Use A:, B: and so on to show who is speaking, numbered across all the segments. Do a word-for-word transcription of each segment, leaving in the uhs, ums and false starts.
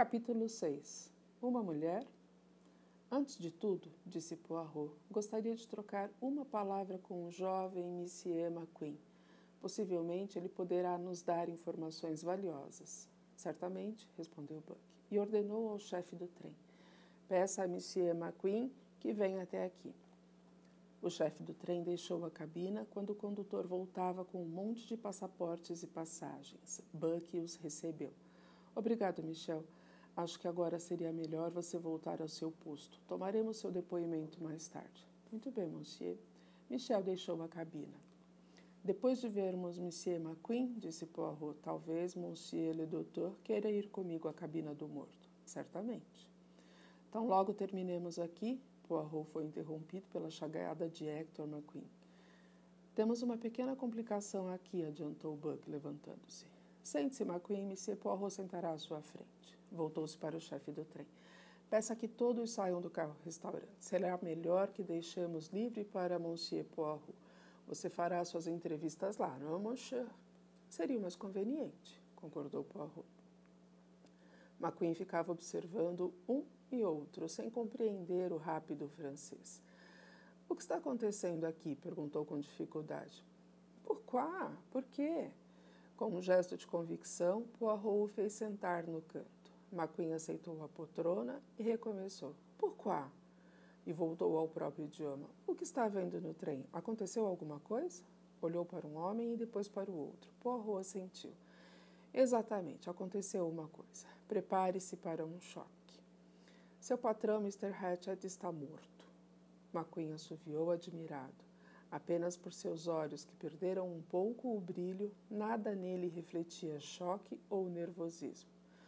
A: Capítulo seis. Uma mulher? Antes de tudo, disse Poirot, gostaria de trocar uma palavra com o jovem Monsieur McQueen. Possivelmente ele poderá nos dar informações valiosas. Certamente, respondeu Buck, e ordenou ao chefe do trem. Peça a Monsieur McQueen que venha até aqui. O chefe do trem deixou a cabina quando o condutor voltava com um monte de passaportes e passagens. Buck os recebeu. Obrigado, Michel. Acho que agora seria melhor você voltar ao seu posto. Tomaremos seu depoimento mais tarde. Muito bem, monsieur. Michel deixou a cabina. Depois de vermos Monsieur McQueen, disse Poirot, talvez Monsieur le Doutor queira ir comigo à cabina do morto. Certamente. Então, logo terminemos aqui. Poirot foi interrompido pela chegada de Hector McQueen. Temos uma pequena complicação aqui, adiantou Buck, levantando-se. Sente-se, McQueen, Monsieur Poirot sentará à sua frente. Voltou-se para o chefe do trem. Peça que todos saiam do carro-restaurante. Será melhor que deixemos livre para Monsieur Poirot. Você fará suas entrevistas lá, não, monsieur? Seria mais conveniente, concordou Poirot. McQueen ficava observando um e outro, sem compreender o rápido francês. O que está acontecendo aqui? Perguntou com dificuldade. Por quá? Por quê? Com um gesto de convicção, Poirot o fez sentar no canto. McQueen aceitou a poltrona e recomeçou. Por quá? E voltou ao próprio idioma. O que está vendo no trem? Aconteceu alguma coisa? Olhou para um homem e depois para o outro. Poirot assentiu. Exatamente, aconteceu uma coisa. Prepare-se para um choque. Seu patrão, mister Hatchett, está morto. McQueen assoviou admirado. Apenas por seus olhos, que perderam um pouco o brilho, nada nele refletia choque ou nervosismo.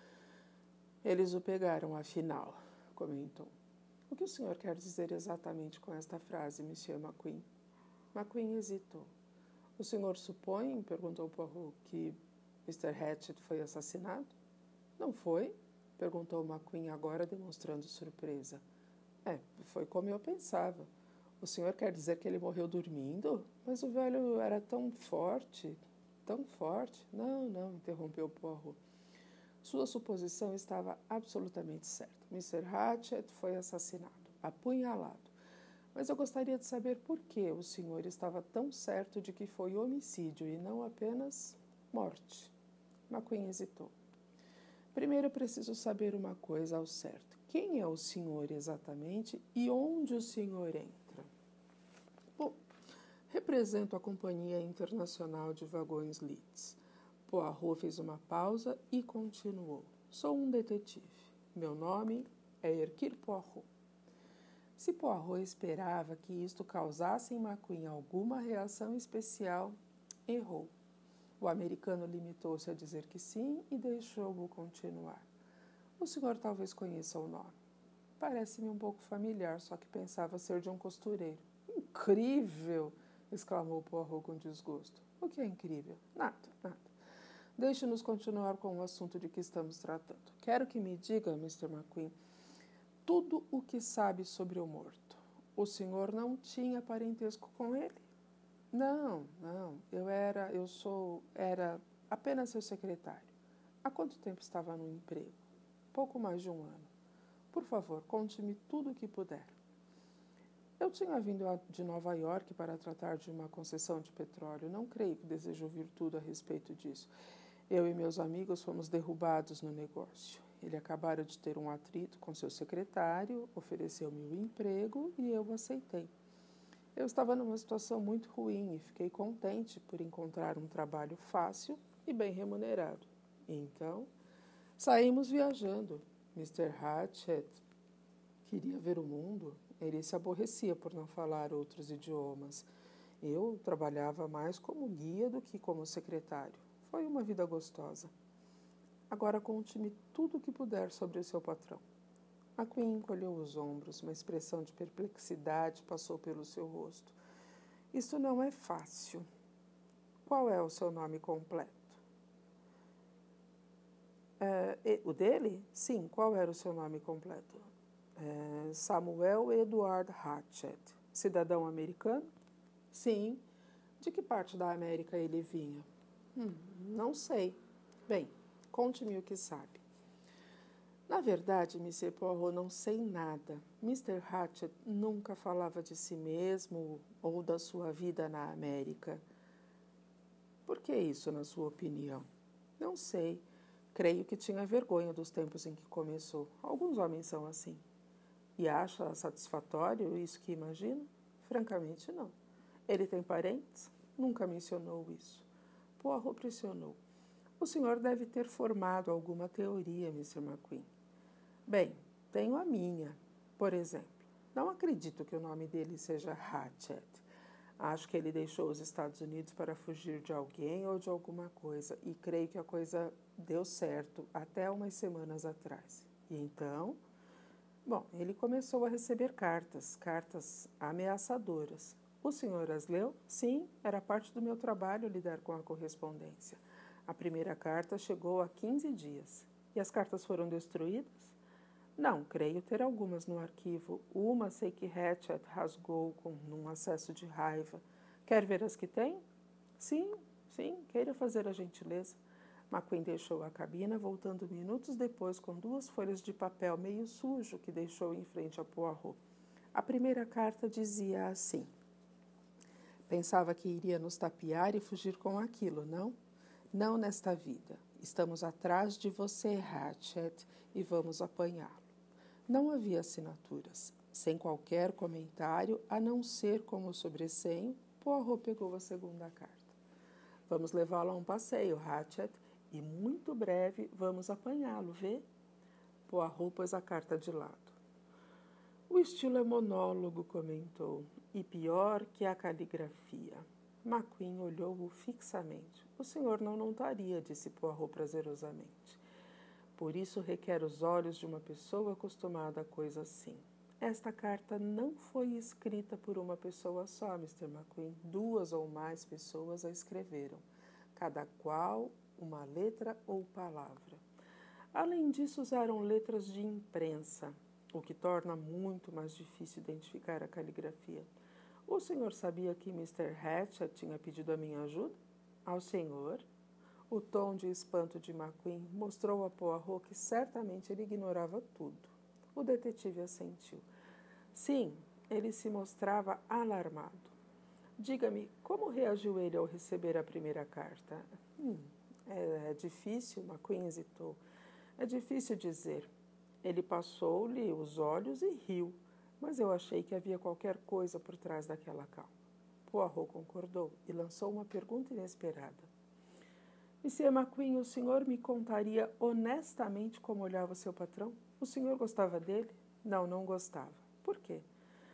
A: Eles o pegaram, afinal, comentou. O que o senhor quer dizer exatamente com esta frase, monsieur McQueen? McQueen hesitou. O senhor supõe, perguntou Poirot, que mister Hatchett foi assassinado? Não foi? Perguntou McQueen, agora demonstrando surpresa. É, foi como eu pensava. O senhor quer dizer que ele morreu dormindo? Mas o velho era tão forte, tão forte. Não, não, interrompeu Poirot. Sua suposição estava absolutamente certa. mister Hatchett foi assassinado, apunhalado. Mas eu gostaria de saber por que o senhor estava tão certo de que foi homicídio e não apenas morte. McQueen hesitou. Primeiro eu preciso saber uma coisa ao certo. Quem é o senhor exatamente e onde o senhor entra? Bom, represento a Companhia Internacional de Vagões Leeds. Poirot fez uma pausa e continuou. Sou um detetive. Meu nome é Hercule Poirot. Se Poirot esperava que isto causasse em McQueen alguma reação especial, errou. O americano limitou-se a dizer que sim e deixou-o continuar. O senhor talvez conheça o nome. Parece-me um pouco familiar, só que pensava ser de um costureiro. Incrível! Exclamou Poirot com desgosto. O que é incrível? Nada, nada. Deixe-nos continuar com o assunto de que estamos tratando. Quero que me diga, mister McQueen, tudo o que sabe sobre o morto. O senhor não tinha parentesco com ele? Não, não. Eu era, eu sou, era apenas seu secretário. Há quanto tempo estava no emprego? Pouco mais de um ano. Por favor, conte-me tudo o que puder. Eu tinha vindo de Nova York para tratar de uma concessão de petróleo. Não creio que deseje ouvir tudo a respeito disso. Eu e meus amigos fomos derrubados no negócio. Ele acabara de ter um atrito com seu secretário, ofereceu-me o emprego e eu aceitei. Eu estava numa situação muito ruim e fiquei contente por encontrar um trabalho fácil e bem remunerado. Então, saímos viajando. mister Hatchett queria ver o mundo. Ele se aborrecia por não falar outros idiomas. Eu trabalhava mais como guia do que como secretário. Foi uma vida gostosa. Agora conte-me tudo o que puder sobre o seu patrão. McQueen encolheu os ombros. Uma expressão de perplexidade passou pelo seu rosto. Isto não é fácil. Qual é o seu nome completo? É, o dele? Sim, qual era o seu nome completo? É, Samuel Edward Hatchett. Cidadão americano? Sim. De que parte da América ele vinha? Hum, não sei. Bem, conte-me o que sabe. Na verdade, Monsieur Poirot, não sei nada. mister Hatchett nunca falava de si mesmo ou da sua vida na América. Por que isso, na sua opinião? Não sei. Creio que tinha vergonha dos tempos em que começou. Alguns homens são assim. E acha satisfatório isso que imagina? Francamente, não. Ele tem parentes? Nunca mencionou isso. Poirot pressionou. O senhor deve ter formado alguma teoria, mister McQueen. Bem, tenho a minha. Por exemplo, não acredito que o nome dele seja Hatchett. Acho que ele deixou os Estados Unidos para fugir de alguém ou de alguma coisa, e creio que a coisa deu certo até umas semanas atrás. E então, bom, ele começou a receber cartas, cartas ameaçadoras. O senhor as leu? Sim, era parte do meu trabalho lidar com a correspondência. A primeira carta chegou há quinze dias. E as cartas foram destruídas? Não, creio ter algumas no arquivo. Uma sei que Hatchett rasgou com um acesso de raiva. Quer ver as que tem? Sim, sim, queira fazer a gentileza. McQueen deixou a cabina, voltando minutos depois com duas folhas de papel meio sujo que deixou em frente a Poirot. A primeira carta dizia assim: pensava que iria nos tapear e fugir com aquilo, não? Não nesta vida. Estamos atrás de você, Hatchett, e vamos apanhá-lo. Não havia assinaturas. Sem qualquer comentário, a não ser com o sobressenho, Poirot pegou a segunda carta. Vamos levá-lo a um passeio, Hatchett, e muito breve vamos apanhá-lo, vê? Poirot pôs a carta de lado. O estilo é monólogo, comentou, e pior que a caligrafia. McQueen olhou-o fixamente. O senhor não notaria, disse Poirot prazerosamente. Por isso requer os olhos de uma pessoa acostumada a coisa assim. Esta carta não foi escrita por uma pessoa só, mister McQueen. Duas ou mais pessoas a escreveram, cada qual uma letra ou palavra. Além disso, usaram letras de imprensa, o que torna muito mais difícil identificar a caligrafia. O senhor sabia que mister Hatchett tinha pedido a minha ajuda? Ao senhor? O tom de espanto de McQueen mostrou a Poirot que certamente ele ignorava tudo. O detetive assentiu. Sim, ele se mostrava alarmado. Diga-me, como reagiu ele ao receber a primeira carta? Hum, é, é difícil, McQueen hesitou. É difícil dizer. Ele passou-lhe os olhos e riu, mas eu achei que havia qualquer coisa por trás daquela calma. Poirot concordou e lançou uma pergunta inesperada. Monsieur McQueen, o senhor me contaria honestamente como olhava seu patrão? O senhor gostava dele? Não, não gostava. Por quê?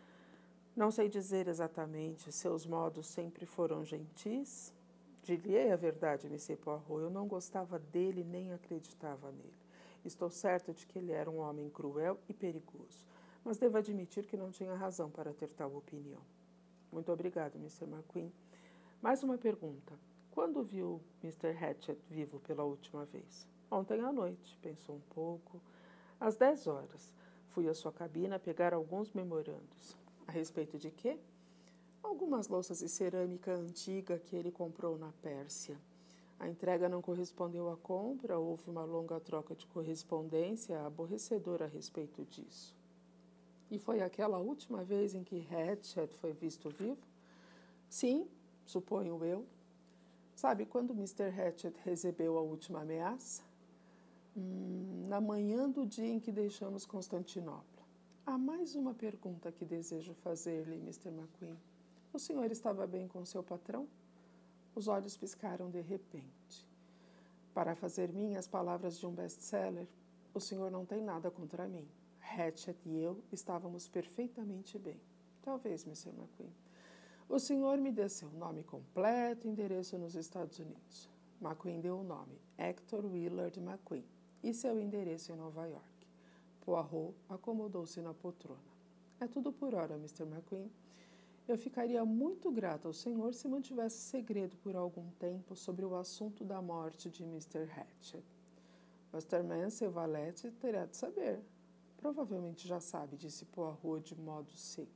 A: Não sei dizer exatamente. Seus modos sempre foram gentis? Dir-lhe a verdade, Monsieur Poirot. Eu não gostava dele nem acreditava nele. Estou certo de que ele era um homem cruel e perigoso, mas devo admitir que não tinha razão para ter tal opinião. Muito obrigado, mister McQueen. Mais uma pergunta. Quando viu mister Hatchett vivo pela última vez? Ontem à noite, pensou um pouco. Às dez horas. Fui à sua cabina pegar alguns memorandos. A respeito de quê? Algumas louças de cerâmica antiga que ele comprou na Pérsia. A entrega não correspondeu à compra, houve uma longa troca de correspondência aborrecedora a respeito disso. E foi aquela última vez em que Hatchett foi visto vivo? Sim, suponho eu. Sabe quando mister Hatchett recebeu a última ameaça? Hum, na manhã do dia em que deixamos Constantinopla. Há mais uma pergunta que desejo fazer-lhe, mister McQueen. O senhor estava bem com seu patrão? Os olhos piscaram de repente. Para fazer minhas palavras de um best-seller, o senhor não tem nada contra mim. Hatchett e eu estávamos perfeitamente bem. Talvez, mister McQueen. O senhor me dê seu nome completo e endereço nos Estados Unidos. McQueen deu o nome, Hector Willard McQueen, e seu endereço em Nova York. Poirot acomodou-se na poltrona. É tudo por hora, mister McQueen. Eu ficaria muito grato ao senhor se mantivesse segredo por algum tempo sobre o assunto da morte de mister Hatchett. Masterman, seu valete, terá de saber. Provavelmente já sabe, disse Poirot de modo seco.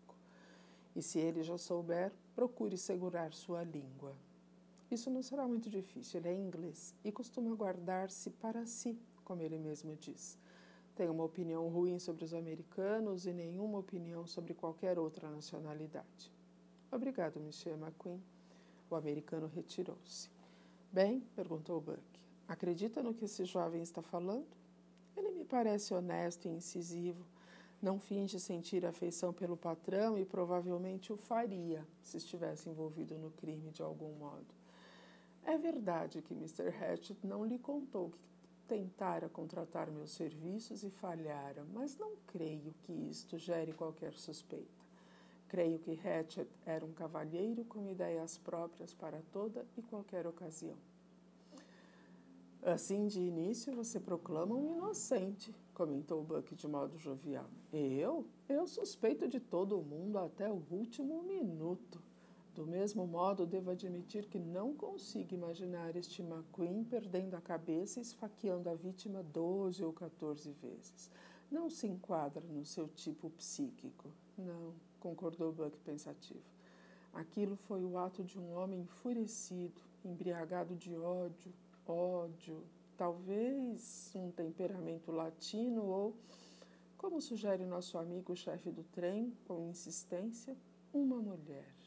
A: E se ele já souber, procure segurar sua língua. Isso não será muito difícil, ele é inglês e costuma guardar-se para si, como ele mesmo diz. Tenho uma opinião ruim sobre os americanos e nenhuma opinião sobre qualquer outra nacionalidade. Obrigado, Monsieur McQueen. O americano retirou-se. Bem, perguntou Buck, acredita no que esse jovem está falando? Ele me parece honesto e incisivo. Não finge sentir afeição pelo patrão e provavelmente o faria se estivesse envolvido no crime de algum modo. É verdade que mister Hatchett não lhe contou que tentara contratar meus serviços e falhara, mas não creio que isto gere qualquer suspeita. Creio que Hatchett era um cavalheiro com ideias próprias para toda e qualquer ocasião. Assim, de início, você proclama um inocente, comentou Buck de modo jovial. Eu? Eu suspeito de todo mundo até o último minuto. Do mesmo modo, devo admitir que não consigo imaginar este McQueen perdendo a cabeça e esfaqueando a vítima doze ou quatorze vezes. Não se enquadra no seu tipo psíquico. Não, concordou Buck pensativo. Aquilo foi o ato de um homem enfurecido, embriagado de ódio, ódio, talvez um temperamento latino ou, como sugere nosso amigo chefe do trem, com insistência, uma mulher.